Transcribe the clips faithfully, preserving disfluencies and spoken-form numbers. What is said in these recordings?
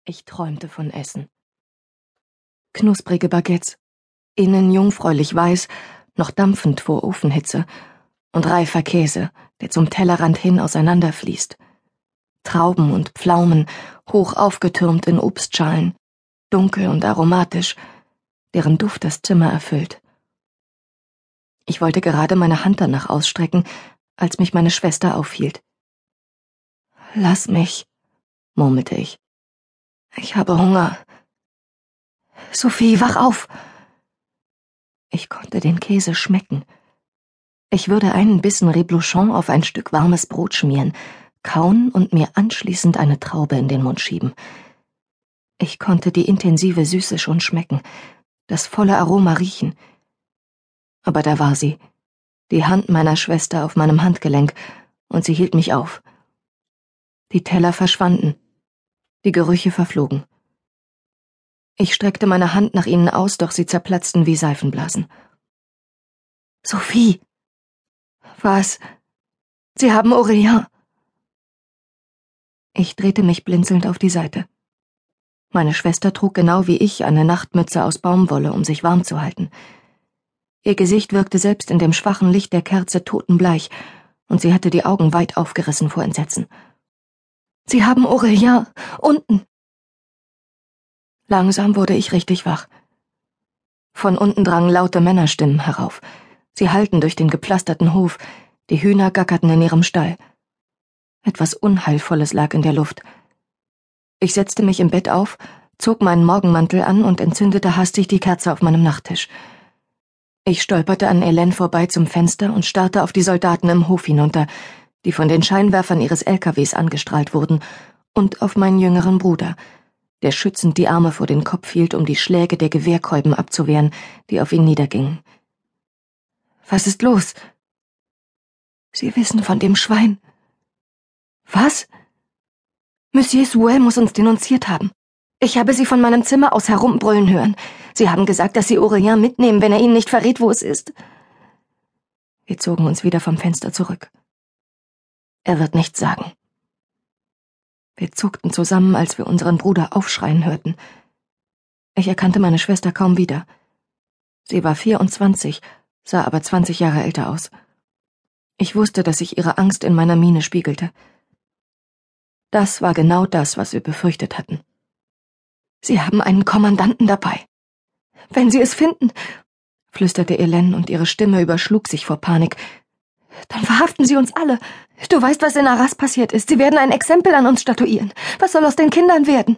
Ich träumte von Essen. Knusprige Baguettes, innen jungfräulich weiß, noch dampfend vor Ofenhitze, und reifer Käse, der zum Tellerrand hin auseinanderfließt. Trauben und Pflaumen, hoch aufgetürmt in Obstschalen, dunkel und aromatisch, deren Duft das Zimmer erfüllt. Ich wollte gerade meine Hand danach ausstrecken, als mich meine Schwester aufhielt. »Lass mich«, murmelte ich. »Ich habe Hunger. Sophie, wach auf!« Ich konnte den Käse schmecken. Ich würde einen Bissen Reblochon auf ein Stück warmes Brot schmieren, kauen und mir anschließend eine Traube in den Mund schieben. Ich konnte die intensive Süße schon schmecken, das volle Aroma riechen. Aber da war sie, die Hand meiner Schwester auf meinem Handgelenk, und sie hielt mich auf. Die Teller verschwanden, die Gerüche verflogen. Ich streckte meine Hand nach ihnen aus, doch sie zerplatzten wie Seifenblasen. »Sophie!« »Was?« »Sie haben Aurélien!« Ich drehte mich blinzelnd auf die Seite. Meine Schwester trug genau wie ich eine Nachtmütze aus Baumwolle, um sich warm zu halten. Ihr Gesicht wirkte selbst in dem schwachen Licht der Kerze totenbleich, und sie hatte die Augen weit aufgerissen vor Entsetzen. »Sie haben Aurélien! Unten!« Langsam wurde ich richtig wach. Von unten drangen laute Männerstimmen herauf. Sie hallten durch den gepflasterten Hof, die Hühner gackerten in ihrem Stall. Etwas Unheilvolles lag in der Luft. Ich setzte mich im Bett auf, zog meinen Morgenmantel an und entzündete hastig die Kerze auf meinem Nachttisch. Ich stolperte an Hélène vorbei zum Fenster und starrte auf die Soldaten im Hof hinunter, die von den Scheinwerfern ihres L K Ws angestrahlt wurden, und auf meinen jüngeren Bruder, der schützend die Arme vor den Kopf hielt, um die Schläge der Gewehrkolben abzuwehren, die auf ihn niedergingen. »Was ist los?« »Sie wissen von dem Schwein.« »Was?« »Monsieur Souel muss uns denunziert haben. Ich habe Sie von meinem Zimmer aus herumbrüllen hören. Sie haben gesagt, dass Sie Aurélien mitnehmen, wenn er Ihnen nicht verrät, wo es ist.« Wir zogen uns wieder vom Fenster zurück. Er wird nichts sagen. Wir zuckten zusammen, als wir unseren Bruder aufschreien hörten. Ich erkannte meine Schwester kaum wieder. Sie war vierundzwanzig, sah aber zwanzig Jahre älter aus. Ich wusste, dass sich ihre Angst in meiner Miene spiegelte. Das war genau das, was wir befürchtet hatten. »Sie haben einen Kommandanten dabei. Wenn Sie es finden«, flüsterte Hélène, und ihre Stimme überschlug sich vor Panik, »dann verhaften Sie uns alle. Du weißt, was in Arras passiert ist. Sie werden ein Exempel an uns statuieren. Was soll aus den Kindern werden?«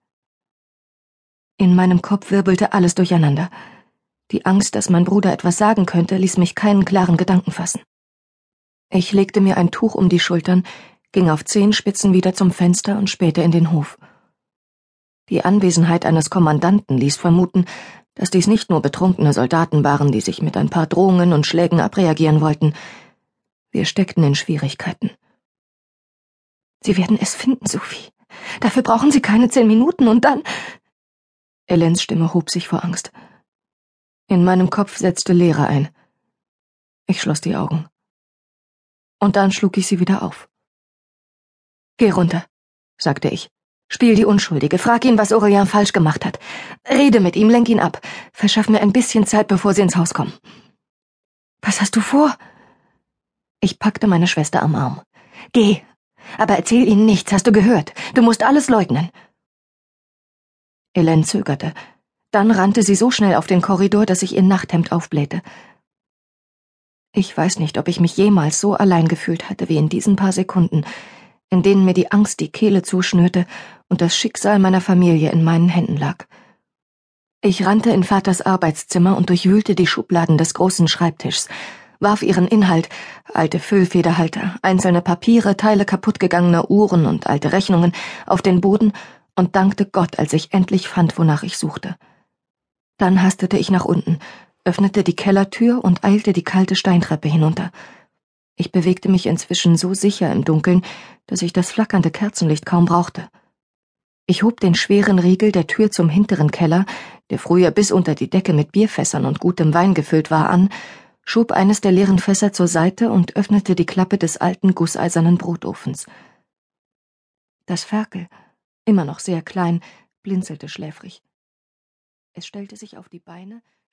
In meinem Kopf wirbelte alles durcheinander. Die Angst, dass mein Bruder etwas sagen könnte, ließ mich keinen klaren Gedanken fassen. Ich legte mir ein Tuch um die Schultern, ging auf Zehenspitzen wieder zum Fenster und spähte in den Hof. Die Anwesenheit eines Kommandanten ließ vermuten, dass dies nicht nur betrunkene Soldaten waren, die sich mit ein paar Drohungen und Schlägen abreagieren wollten. Wir steckten in Schwierigkeiten. »Sie werden es finden, Sophie. Dafür brauchen Sie keine zehn Minuten und dann...« Hélènes Stimme hob sich vor Angst. In meinem Kopf setzte Leere ein. Ich schloss die Augen. Und dann schlug ich sie wieder auf. »Geh runter«, sagte ich. »Spiel die Unschuldige, frag ihn, was Aurélien falsch gemacht hat. Rede mit ihm, lenk ihn ab. Verschaff mir ein bisschen Zeit, bevor Sie ins Haus kommen.« »Was hast du vor?« Ich packte meine Schwester am Arm. »Geh, aber erzähl ihnen nichts, hast du gehört? Du musst alles leugnen.« Hélène zögerte. Dann rannte sie so schnell auf den Korridor, dass ich ihr Nachthemd aufblähte. Ich weiß nicht, ob ich mich jemals so allein gefühlt hatte wie in diesen paar Sekunden, in denen mir die Angst die Kehle zuschnürte und das Schicksal meiner Familie in meinen Händen lag. Ich rannte in Vaters Arbeitszimmer und durchwühlte die Schubladen des großen Schreibtischs, warf ihren Inhalt, alte Füllfederhalter, einzelne Papiere, Teile kaputtgegangener Uhren und alte Rechnungen, auf den Boden und dankte Gott, als ich endlich fand, wonach ich suchte. Dann hastete ich nach unten, öffnete die Kellertür und eilte die kalte Steintreppe hinunter. Ich bewegte mich inzwischen so sicher im Dunkeln, dass ich das flackernde Kerzenlicht kaum brauchte. Ich hob den schweren Riegel der Tür zum hinteren Keller, der früher bis unter die Decke mit Bierfässern und gutem Wein gefüllt war, an, schob eines der leeren Fässer zur Seite und öffnete die Klappe des alten gusseisernen Brotofens. Das Ferkel, immer noch sehr klein, blinzelte schläfrig. Es stellte sich auf die Beine,